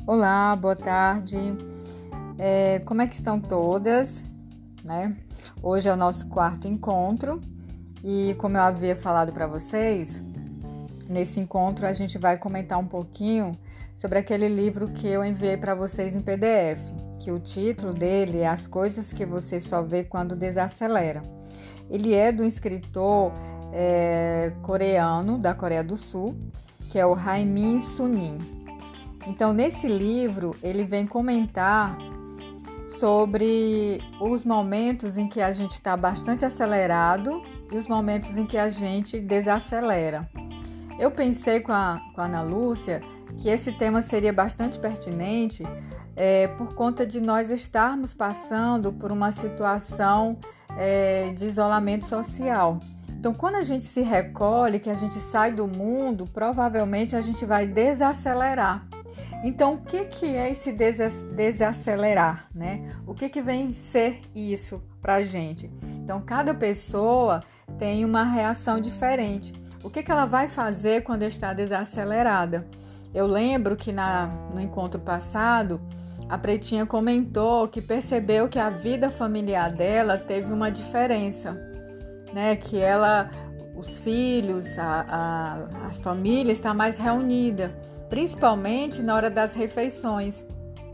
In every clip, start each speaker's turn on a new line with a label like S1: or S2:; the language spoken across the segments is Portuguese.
S1: Olá, boa tarde. Como é que estão todas? Né? Hoje é o nosso quarto encontro e, como eu havia falado para vocês, nesse encontro a gente vai comentar um pouquinho sobre aquele livro que eu enviei para vocês em PDF, que o título dele é As Coisas que Você Só Vê Quando Desacelera. Ele é do escritor coreano da Coreia do Sul, que é o Hae Min Sunim. Então, nesse livro, ele vem comentar sobre os momentos em que a gente está bastante acelerado e os momentos em que a gente desacelera. Eu pensei com a Ana Lúcia que esse tema seria bastante pertinente por conta de nós estarmos passando por uma situação de isolamento social. Então, quando a gente se recolhe, que a gente sai do mundo, provavelmente a gente vai desacelerar. Então, o que é esse desacelerar, né? O que vem ser isso para a gente? Então, cada pessoa tem uma reação diferente. O que ela vai fazer quando está desacelerada? Eu lembro que no encontro passado, a Pretinha comentou que percebeu que a vida familiar dela teve uma diferença, né? Que os filhos, a família está mais reunida, principalmente na hora das refeições.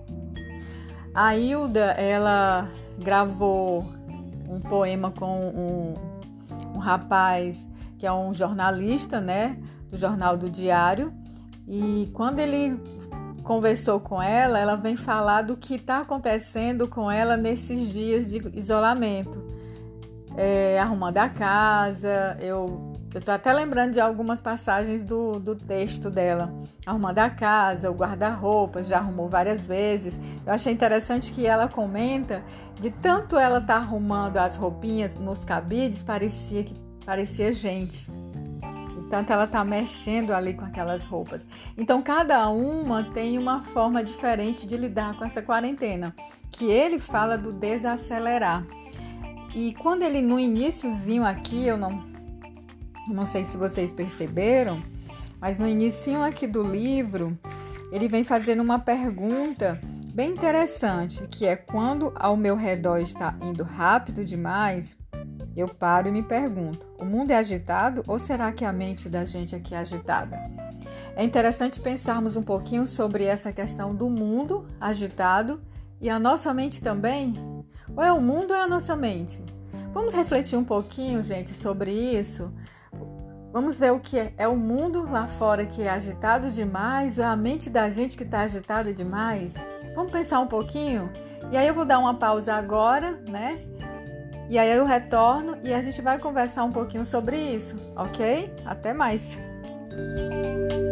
S1: A Hilda, ela gravou um poema com um rapaz que é um jornalista, né, do Jornal do Diário, e quando ele conversou com ela, ela vem falar do que está acontecendo com ela nesses dias de isolamento, arrumando a casa. Eu estou até lembrando de algumas passagens do texto dela. Arrumando a casa, o guarda-roupa, já arrumou várias vezes. Eu achei interessante que ela comenta de tanto ela estar arrumando as roupinhas nos cabides, parecia gente. E tanto ela está mexendo ali com aquelas roupas. Então, cada uma tem uma forma diferente de lidar com essa quarentena, que ele fala do desacelerar. E quando ele, no iniciozinho aqui, eu não sei se vocês perceberam, mas no inicinho aqui do livro, ele vem fazendo uma pergunta bem interessante, que é: quando ao meu redor está indo rápido demais, eu paro e me pergunto, o mundo é agitado ou será que a mente da gente aqui é agitada? É interessante pensarmos um pouquinho sobre essa questão do mundo agitado e a nossa mente também. Ou é o mundo ou é a nossa mente? Vamos refletir um pouquinho, gente, sobre isso. Vamos ver o que é o mundo lá fora que é agitado demais ou é a mente da gente que está agitada demais? Vamos pensar um pouquinho? E aí eu vou dar uma pausa agora, né? E aí eu retorno e a gente vai conversar um pouquinho sobre isso, ok? Até mais!